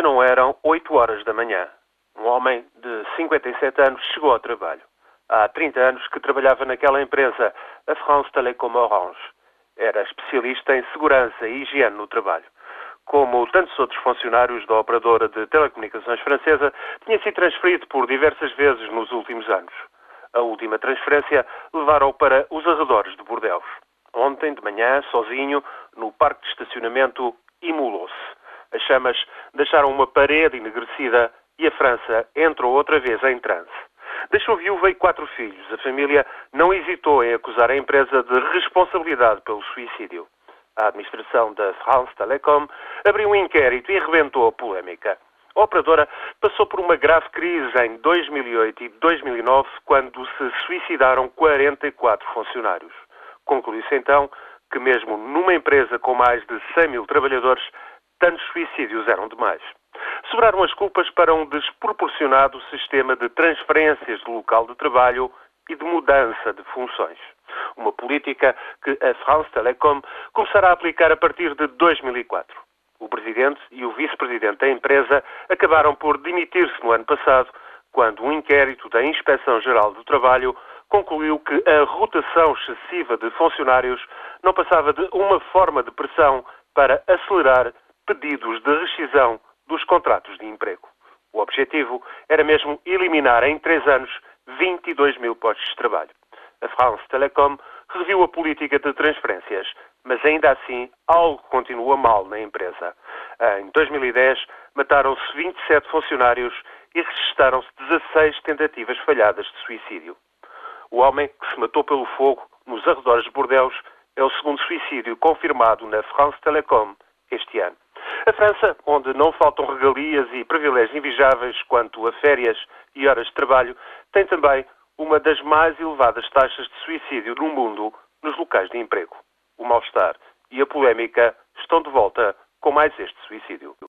não eram 8 horas da manhã. Um homem de 57 anos chegou ao trabalho. Há 30 anos que trabalhava naquela empresa, a France Télécom Orange. Era especialista em segurança e higiene no trabalho. Como tantos outros funcionários da operadora de telecomunicações francesa, tinha sido transferido por diversas vezes nos últimos anos. A última transferência levaram-o para os arredores de Bordeaux. Ontem, de manhã, sozinho, no parque de estacionamento, imolou-se. As chamas deixaram uma parede enegrecida e a França entrou outra vez em transe. Deixou viúva e 4 filhos. A família não hesitou em acusar a empresa de responsabilidade pelo suicídio. A administração da France Télécom abriu um inquérito e rebentou a polémica. A operadora passou por uma grave crise em 2008 e 2009, quando se suicidaram 44 funcionários. Concluiu-se então que mesmo numa empresa com mais de 100 mil trabalhadores, tantos suicídios eram demais. Sobraram as culpas para um desproporcionado sistema de transferências de local de trabalho e de mudança de funções. Uma política que a France Télécom começará a aplicar a partir de 2004. O presidente e o vice-presidente da empresa acabaram por demitir-se no ano passado, quando um inquérito da Inspeção-Geral do Trabalho concluiu que a rotação excessiva de funcionários não passava de uma forma de pressão para acelerar pedidos de rescisão dos contratos de emprego. O objetivo era mesmo eliminar em 3 anos 22 mil postos de trabalho. A France Télécom reviu a política de transferências, mas ainda assim algo continua mal na empresa. Em 2010 mataram-se 27 funcionários e registaram-se 16 tentativas falhadas de suicídio. O homem que se matou pelo fogo nos arredores de Bordeaux é o segundo suicídio confirmado na France Télécom este ano. A França, onde não faltam regalias e privilégios invejáveis quanto a férias e horas de trabalho, tem também uma das mais elevadas taxas de suicídio no mundo nos locais de emprego. O mal-estar e a polémica estão de volta com mais este suicídio.